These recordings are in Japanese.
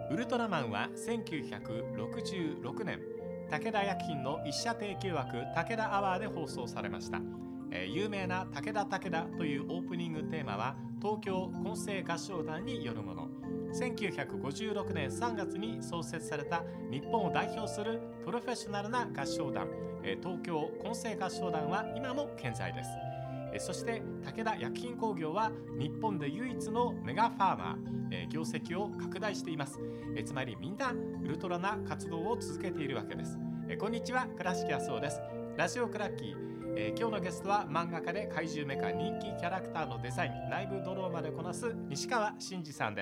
ウルトラマンは1966年武田薬品の一社提供枠武田アワーで放送されました。有名な武田というオープニングテーマは東京混声合唱団によるもの。1956年3月に創設された日本を代表するプロフェッショナルな合唱団、東京混声合唱団は今も健在です。そして武田薬品工業は日本で唯一のメガファーマー、業績を拡大しています。つまりみんなウルトラな活動を続けているわけです。こんにちは、倉敷康夫です。ラジオクラッキー、今日のゲストは漫画家で怪獣メカ人気キャラクターのデザイン、ライブドローまでこなす西川真司さんです。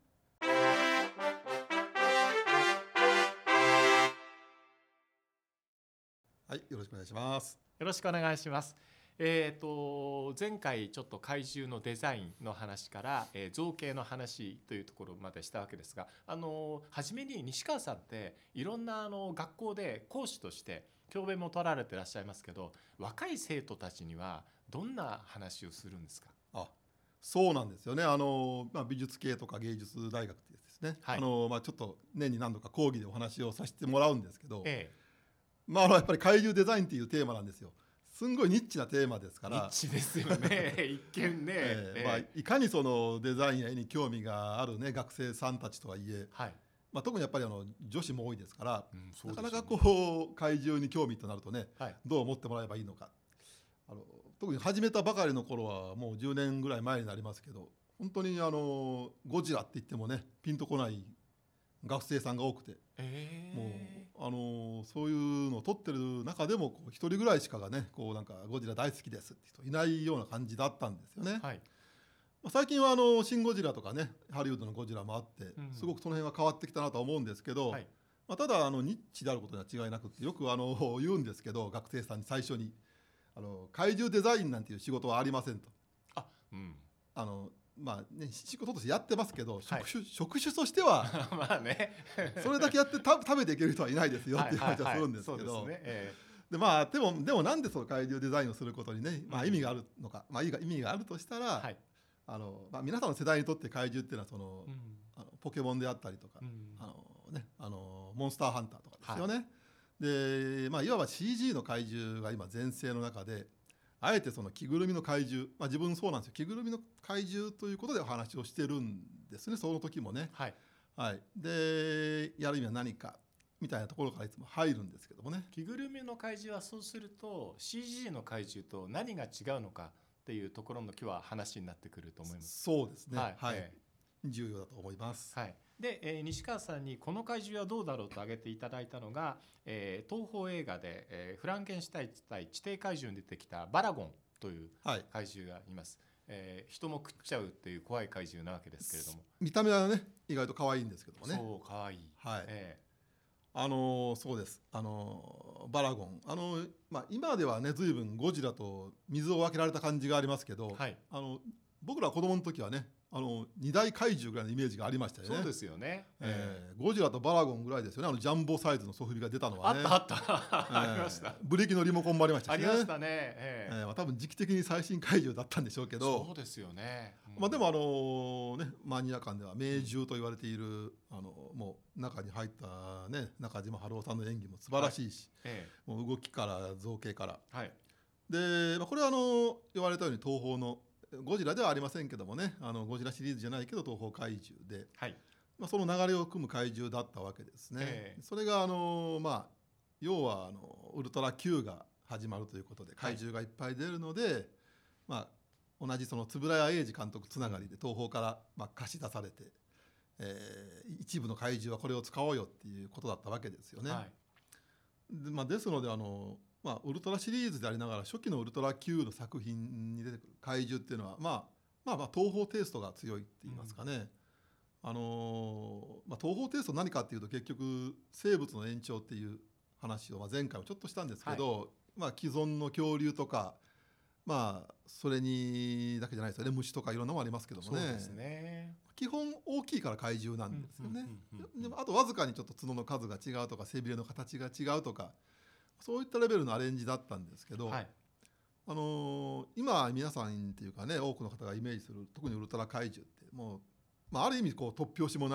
はい、よろしくお願いします。 よろしくお願いします。前回ちょっと怪獣のデザインの話から、造形の話というところまでしたわけですが、初めに西川さんっていろんな学校で講師として教鞭も取られていらっしゃいますけど、若い生徒たちにはどんな話をするんですか？ そうなんですよね。美術系とか芸術大学ってですね、 はい、 ちょっと年に何度か講義でお話をさせてもらうんですけど、 やっぱり怪獣デザインっていうテーマなんですよ。すんごいニッチなテーマですから。 ニッチですよね一見ね、 いかにそのデザインや絵に興味がある、ね、学生さんたちとはいえ、 はい、 特にやっぱり女子も多いですから、 そうですよね、 なかなか怪獣に興味となるとね、 はい、 どう思ってもらえばいいのか。特に始めたばかりの頃はもう10年ぐらい前になりますけど、本当にゴジラって言ってもねピンとこない学生さんが多くて、もうそういうのを撮ってる中でも一人ぐらいしかがねなんかゴジラ大好きですって人いないような感じだったんですよね。 はい、 最近はシン・ゴジラとかねハリウッドのゴジラもあって、すごくその辺は変わってきたなとは思うんですけど、 はい、 ただニッチであることには違いなくってよく言うんですけど、学生さんに最初に怪獣デザインなんていう仕事はありませんと。仕事としてやってますけど、職種としてはまあねそれだけやって食べていける人はいないですよっていう話はするんですけど、でもなんでその怪獣デザインをすることにね、意味があるのか、意味があるとしたら、 はい、 皆さんの世代にとって怪獣っていうのはポケモンであったりとか、モンスターハンターとかですよね。でいわば CG の怪獣が今全盛の中で、あえてその着ぐるみの怪獣、自分そうなんですよ、着ぐるみの怪獣ということでお話をしてるんですね、その時もね。でやる意味は何かみたいなところからいつも入るんですけどもね。 着ぐるみの怪獣はそうすると CG の怪獣と何が違うのかっていうところの今日は話になってくると思います。 そうですね、重要だと思います。 で、西川さんにこの怪獣はどうだろうと挙げていただいたのが、東宝映画で、フランケンシュタイン対地底怪獣に出てきたバラゴンという怪獣がいます。人も食っちゃうっていう怖い怪獣なわけですけれども、 見た目はね意外と可愛いんですけどもね。 そう可愛い、 そうです。バラゴン、今ではね随分ゴジラと水を分けられた感じがありますけど、僕ら子供の時はね二大怪獣ぐらいのイメージがありましたよね。 そうですよね、 ゴジラとバラゴンぐらいですよね。ジャンボサイズのソフビが出たのはね。 あったありました。 ブレーキのリモコンもありましたしね。 ありましたね、 多分時期的に最新怪獣だったんでしょうけど。 そうですよね、 でもマニア間では名獣と言われているもう中に入ったね中島春夫さんの演技も素晴らしいし、もう動きから造形から、で、これは言われたように東宝のゴジラではありませんけどもね、ゴジラシリーズじゃないけど東宝怪獣で、その流れを組む怪獣だったわけですね。それが要はウルトラ Q が始まるということで怪獣がいっぱい出るので、同じその円谷英二監督つながりで東宝から貸し出されて、一部の怪獣はこれを使おうよっていうことだったわけですよね。ですのでウルトラシリーズでありながら初期のウルトラ Q の作品に出てくる怪獣っていうのは東宝テイストが強いって言いますかね。東宝テイスト何かっていうと結局生物の延長っていう話を前回もちょっとしたんですけど、既存の恐竜とかそれにだけじゃないですよね、虫とかいろんなのもありますけどもね。 そうですね、 基本大きいから怪獣なんですよね。でもあとわずかにちょっと角の数が違うとか背びれの形が違うとか、そういったレベルのアレンジだったんですけど、今皆さんっていうかね多くの方がイメージする特にウルトラ怪獣ってもう、ある意味突拍子もない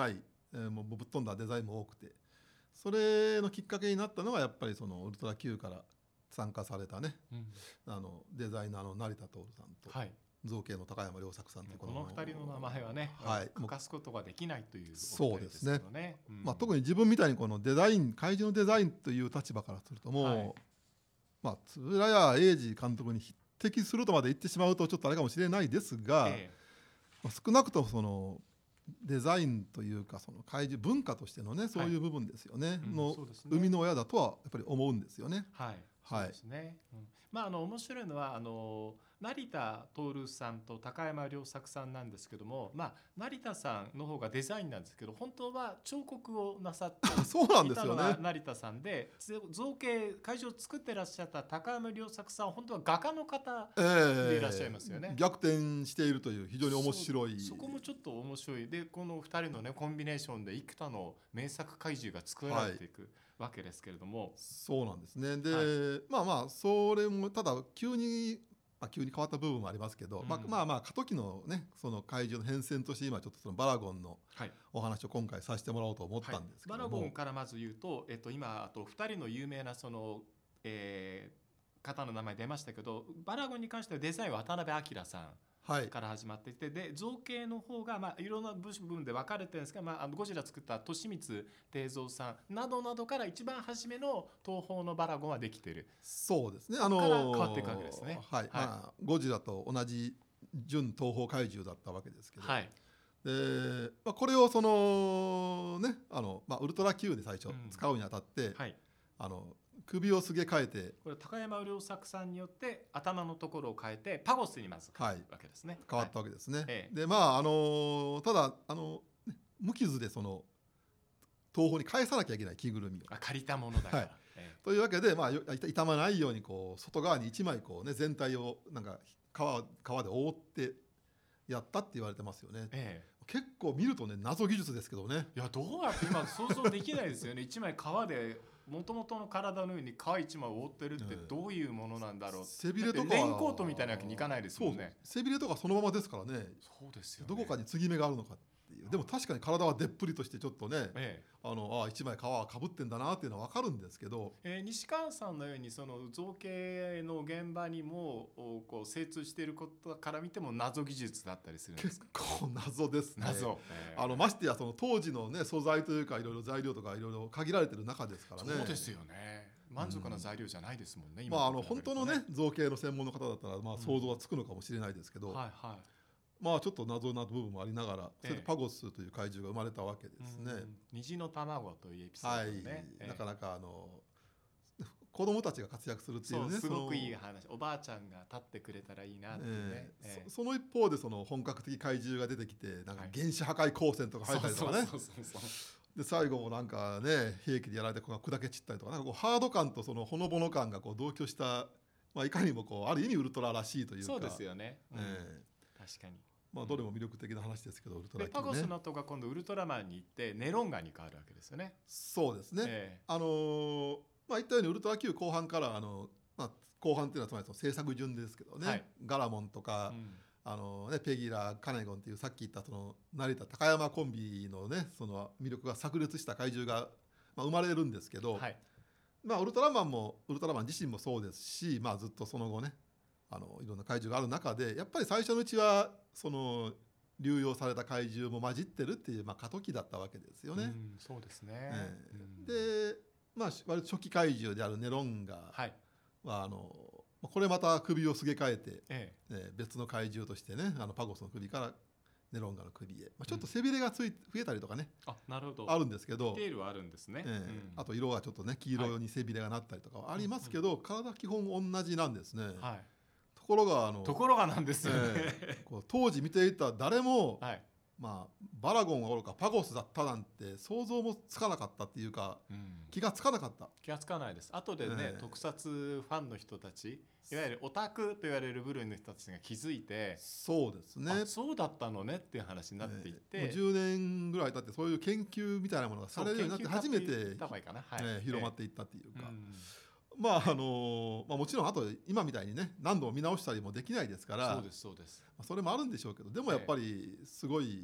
もうぶっ飛んだデザインも多くて、それのきっかけになったのがやっぱりそのウルトラ Q から参加されたね、デザイナーの成田徹さんと、造形の高山良作さんというこの2人の名前はね、欠かすことができないというそうですね。特に自分みたいにこのデザイン、怪獣のデザインという立場からするともう、円谷英二監督に匹敵するとまで言ってしまうとちょっとあれかもしれないですが、少なくともそのデザインというかその怪獣文化としてのね、そういう部分ですよね、の生みの親だとはやっぱり思うんですよね。 そうですね。面白いのは成田徹さんと高山良作さんなんですけども、成田さんの方がデザインなんですけど、本当は彫刻をなさってそうなんですよね。 いたのが成田さんで、造形会場を作ってらっしゃった高山良作さんは本当は画家の方でいらっしゃいますよね。 逆転しているという非常に面白い。 そこもちょっと面白い。でこの2人のねコンビネーションで幾多の名作怪獣が作られていく、わけですけれども、 そうなんですね。で、それもただ急に変わった部分もありますけど、過渡期のねその怪獣の変遷として今ちょっとそのバラゴンのお話を今回させてもらおうと思ったんですけども、 バラゴンからまず言うと、今あと2人の有名なその、方の名前出ましたけど、バラゴンに関してはデザインは渡辺明さんから始まっていて、で造形の方がいろんな部分で分かれてるんですが、ゴジラ作った利光貞三さんなどなどから一番初めの東宝のバラゴンはできてる。そうですね。から変わっていくわけですね。 ゴジラと同じ準東宝怪獣だったわけですけど、でこれをそのねウルトラ Q で最初使うにあたって、首をすげ替えて、 これ高山良作さんによって頭のところを変えてパゴスにまず変わったわけですね。 変わったわけですね。でただ無傷でその東宝に返さなきゃいけない着ぐるみを借りたものだから、 というわけで、傷まないようにこう外側に1枚こうね全体をなんか革で覆ってやったって言われてますよね。結構見るとね謎技術ですけどね。 いやどうやって今想像できないですよね。1枚革でもともとの体の上に皮一枚覆ってるってどういうものなんだろう。 背びれとかレインコートみたいなわけにいかないですもんね。 背びれとかそのままですからね。 そうですよね。 どこかに継ぎ目があるのかっていう。でも確かに体はでっぷりとしてちょっとね、一枚皮はかぶってんだなっていうのは分かるんですけど、 西川さんのようにその造形の現場にもこう精通していることから見ても謎技術だったりするんですか。 結構謎ですね。 謎。 ましてやその当時のね素材というかいろいろ材料とかいろいろ限られてる中ですからね。 そうですよね。満足な材料じゃないですもんね。 本当のね造形の専門の方だったら想像はつくのかもしれないですけど、ちょっと謎な部分もありながら、それでパゴスという怪獣が生まれたわけですね。 虹の卵というエピソードね。 なかなか子供たちが活躍するっていうね、 すごくいい話。おばあちゃんが立ってくれたらいいなっていうね。 その一方でその本格的怪獣が出てきて、なんか原子破壊光線とか入ったりとかね。で最後もなんかね兵器でやられて砕け散ったりとか、なんかこうハード感とそのほのぼの感がこう同居した、いかにもこうある意味ウルトラらしいというか。 そうですよね。確かに。 どれも魅力的な話ですけど、ウルトラ Q ね。 パゴスの後が今度ウルトラマンに行ってネロンガに変わるわけですよね。 そうですね。言ったようにウルトラ Q 後半から後半っていうのはつまりその制作順ですけどね、ガラモンとか、ペギラ、カネゴンっていうさっき言ったその成田高山コンビのねその魅力が炸裂した怪獣が生まれるんですけど、ウルトラマン自身もそうですし、ずっとその後ねいろんな怪獣がある中でやっぱり最初のうちはその流用された怪獣も混じってるっていう過渡期だったわけですよね。 そうですね。 で割と初期怪獣であるネロンガはこれまた首をすげ替えて、別の怪獣としてねパゴスの首からネロンガの首へ、ちょっと背びれが増えたりとかね、あるんですけど、 ディテールはあるんですね。 あと色がちょっとね黄色に背びれがなったりとかはありますけど、体基本同じなんですね。ところがなんですよね。 当時見ていた誰も、バラゴンがおろかパゴスだったなんて想像もつかなかったっていうか、気がつかなかった。 気がつかないです。後でね、特撮ファンの人たち、いわゆるオタクと言われる部類の人たちが気づいて、 そうですね、 そうだったのねっていう話になっていって、 10年ぐらい経ってそういう研究みたいなものがされるようになって初めて広まっていったっていうか、もちろんあと今みたいにね何度も見直したりもできないですから、 そうですそれもあるんでしょうけど、でもやっぱりすごい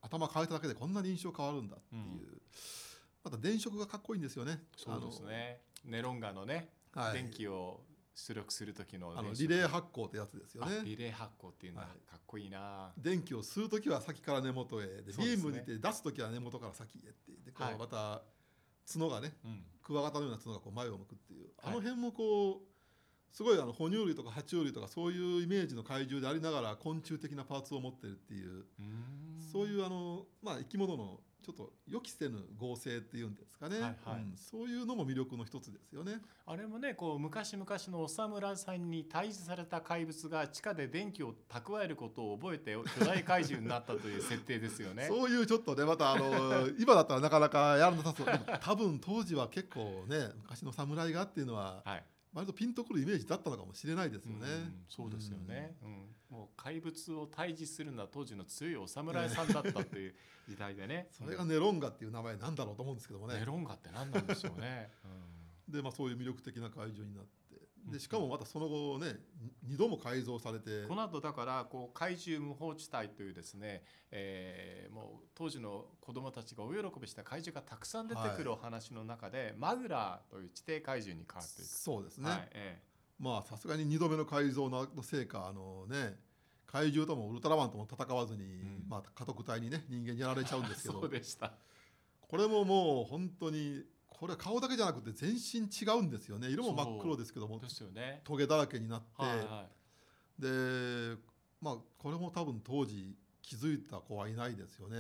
頭変えただけでこんなに印象変わるんだっていう、また電飾がかっこいいんですよね。 そうですね。ネロンガのね、電気を出力する時のリレー発光ってやつですよね。 リレー発光っていうのはかっこいいな。 電気を吸う時は先から根元へで、ビームにて出す時は根元から先へってでこうまた角がね、クワガタのような角がこう前を向くっていう、あの辺もこうすごい哺乳類とか爬虫類とかそういうイメージの怪獣でありながら昆虫的なパーツを持ってるっていう、そういう生き物のちょっと予期せぬ合成っていうんですかね、そういうのも魅力の一つですよね。 あれもね、こう昔々のお侍さんに退治された怪物が地下で電気を蓄えることを覚えて巨大怪獣になったという設定ですよね。 そういうちょっとね、また今だったらなかなかやらなさそう。多分当時は結構ね、昔の侍がっていうのは、割とピンとくるイメージだったのかもしれないですよね。 そうですよね。もう怪物を退治するのは当時の強いお侍さんだったという時代でね。 それがネロンガっていう名前なんだろうと思うんですけどもね。 ネロンガって何なんでしょうね。 でそういう魅力的な怪獣になって、でしかもまたその後ね2度も改造されて、 この後だからこう怪獣無法地帯というですね、もう当時の子供たちがお喜びした怪獣がたくさん出てくるお話の中で、マグラという地底怪獣に変わっていく。 そうですね。さすがに2度目の改造のせいか怪獣ともウルトラマンとも戦わずに、家督隊にね人間にやられちゃうんですけどそうでした。これももう本当にこれは顔だけじゃなくて全身違うんですよね。色も真っ黒ですけども、トゲだらけになって、でこれも多分当時気づいた子はいないですよね。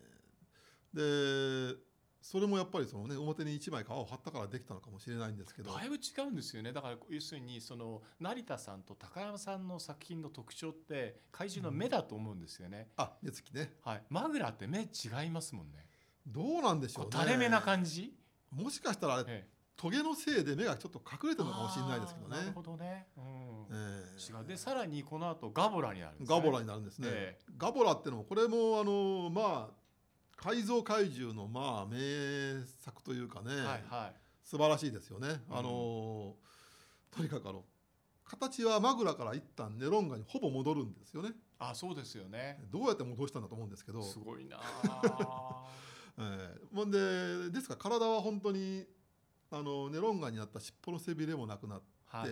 でそれもやっぱり表に一枚皮を張ったからできたのかもしれないんですけど、 だいぶ違うんですよね。だから要するに成田さんと高山さんの作品の特徴って怪獣の目だと思うんですよね。 目つきね。 マグラって目違いますもんね。 どうなんでしょうね。 垂れ目な感じ。 もしかしたらトゲのせいで目がちょっと隠れてるのかもしれないですけどね。 なるほどね。違う。でさらにこの後ガボラになるんですね。 ガボラになるんですね。ガボラってのもこれも改造怪獣の名作というかね、素晴らしいですよね。とにかく形はマグラから一旦ネロンガにほぼ戻るんですよね。 そうですよね。 どうやって戻したんだと思うんですけど、 すごいな。 ですから体は本当にネロンガになった尻尾の背びれもなくなって、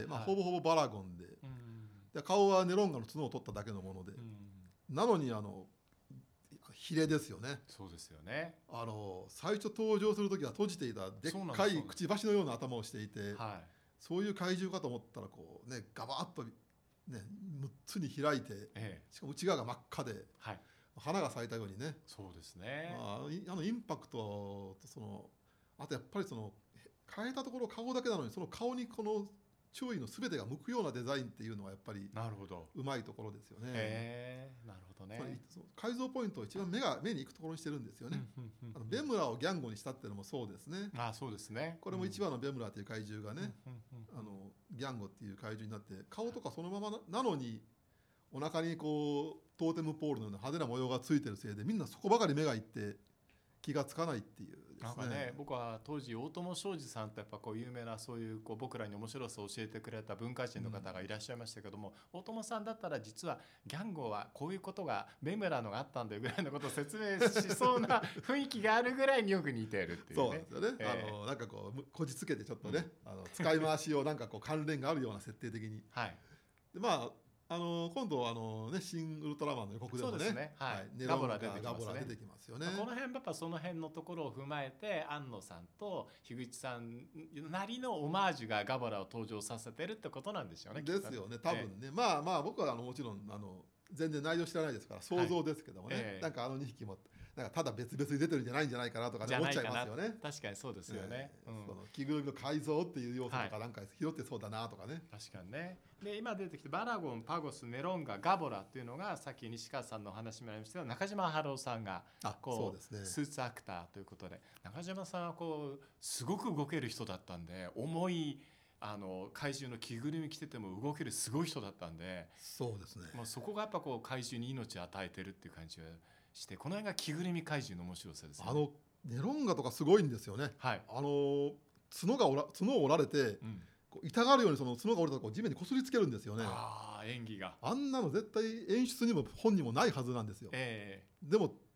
ほぼほぼバラゴンで、顔はネロンガの角を取っただけのもので、なのにヒレですよね。 そうですよね。 最初登場する時は閉じていたでっかいくちばしのような頭をしていて、そういう怪獣かと思ったらガバッと6つに開いて、しかも内側が真っ赤で、花が咲いたようにね。 そうですね。 インパクトとあとやっぱり変えたところ顔だけなのに、その顔にこの注意の全てが向くようなデザインっていうのはやっぱりうまいところですよね。 なるほどね。 改造ポイントを一番目に行くところにしてるんですよね。ベムラをギャンゴにしたっていうのもそうですね。 そうですね。 これも1話のベムラという怪獣がね、ギャンゴっていう怪獣になって、顔とかそのままなのにお腹にトーテムポールのような派手な模様がついてるせいで、みんなそこばかり目がいって気がつかないっていうですね。 僕は当時大友商事さんとやっぱ有名なそういう僕らに面白さを教えてくれた文化人の方がいらっしゃいましたけども、大友さんだったら実はギャンゴはこういうことがベムラのがあったんだよぐらいのことを説明しそうな雰囲気があるぐらいによく似ているっていうね。 そうですよね。なんかこじつけてちょっとね、使い回しをなんか関連があるような設定的に。で今度新ウルトラマンの予告でもね、 ガボラ出てきますよね。 この辺やっぱその辺のところを踏まえて安野さんと樋口さんなりのオマージュがガボラを登場させてるってことなんでしょうね。 ですよね、多分ね。僕はもちろん全然内容知らないですから想像ですけどもね、なんか2匹もなんかただ別々に出てるんじゃないんじゃないかなとか思っちゃいますよね。 確かにそうですよね。 着ぐるみの改造っていう要素とかなんか拾ってそうだなとかね。 確かにね。で今出てきてバラゴン、パゴス、ネロンガ、ガボラっていうのがさっき西川さんのお話もありましたけど、中島春夫さんがスーツアクターということで、中島さんはすごく動ける人だったんで、重い怪獣の着ぐるみ着てても動けるすごい人だったんで、 そうですね。 そこがやっぱ怪獣に命を与えてるっていう感じがして、この辺が着ぐるみ怪獣の面白さですよね。 ネロンガとかすごいんですよね。角を折られて、痛がるようにその角が折れたところ地面にこすりつけるんですよね。 演技があんなの絶対演出にも本にもないはずなんですよ。でも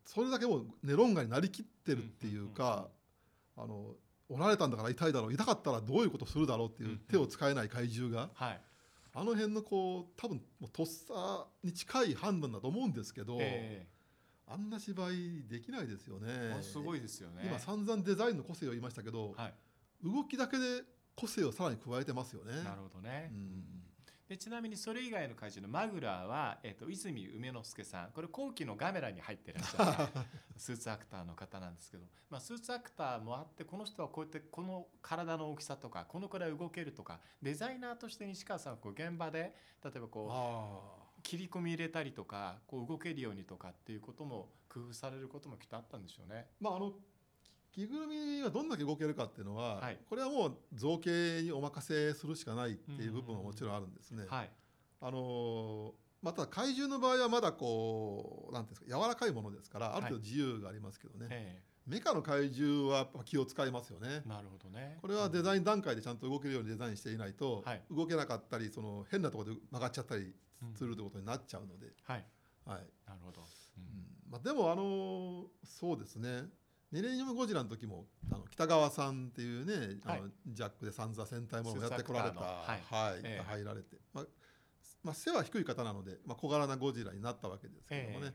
それだけもうネロンガになりきってるっていうか、おられたんだから痛いだろう、痛かったらどういうことするだろうっていう手を使えない怪獣が、はい、あの辺のこう多分もうとっさに近い判断だと思うんですけど、あんな芝居できないですよね。 すごいですよね。 今散々デザインの個性を言いましたけど、はい、動きだけで個性をさらに加えてますよね。 なるほどね。でちなみにそれ以外の怪獣のマグラーは、泉梅之助さん、これ後期のガメラに入ってらっしゃるスーツアクターの方なんですけど、スーツアクターもあって、この人はこうやってこの体の大きさとかこのくらい動けるとか、デザイナーとして西川さんはこう現場で例えばこう切り込み入れたりとか、こう動けるようにとかっていうことも工夫されることもきっとあったんでしょうね。 着ぐるみがどんだけ動けるかっていうのは、はい、これはもう造形にお任せするしかないっていう部分はもちろんあるんですね。はい、また怪獣の場合はまだこうなんていうんですか、柔らかいものですからある程度自由がありますけどね、メカの怪獣はやっぱ気を使いますよね。 なるほどね。 これはデザイン段階でちゃんと動けるようにデザインしていないと、はい、動けなかったりその変なところで曲がっちゃったりするということになっちゃうので、はいはい、なるほど。でもそうですね、ミレニアムゴジラの時も北川さんっていうね、はい、ジャックで散々戦隊ものをやってこられた、入られて、背は低い方なので、小柄なゴジラになったわけですけどもね、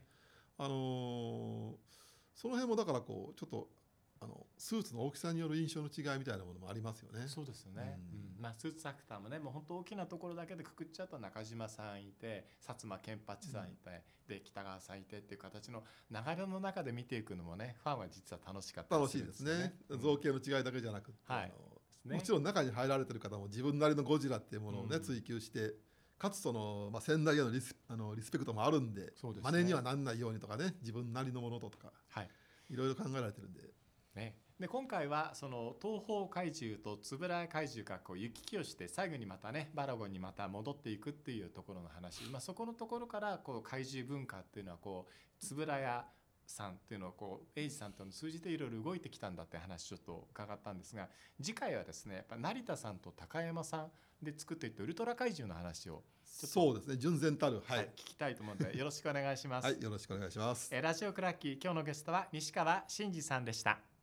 その辺もだからこうちょっとスーツの大きさによる印象の違いみたいなものもありますよね。 そうですよね。スーツアクターもね、もう本当大きなところだけでくくっちゃうと中島さんいて、薩摩健八さんいて、で北川さんいてっていう形の流れの中で見ていくのもね、ファンは実は楽しかったりするんですね。 楽しいですね。造形の違いだけじゃなくて、もちろん中に入られてる方も自分なりのゴジラっていうものをね、追求して、かつその、先代へのリスペクトもあるんで、真似にはなんないようにとかね、自分なりのものとか、いろいろ考えられてるんで。 で今回はその東方怪獣と円谷怪獣がこう行き来をして、最後にまたねバラゴンにまた戻っていくっていうところの話、そこのところからこう怪獣文化っていうのはこう円谷さんっていうのをこう英二さんとの通じていろいろ動いてきたんだって話ちょっと伺ったんですが、次回はですねやっぱ成田さんと高山さんで作っていったウルトラ怪獣の話をそうですね、純然たる、 聞きたいと思うのでよろしくお願いします。 はい、よろしくお願いします。 ラジオクラッキー、今日のゲストは西川真二さんでした。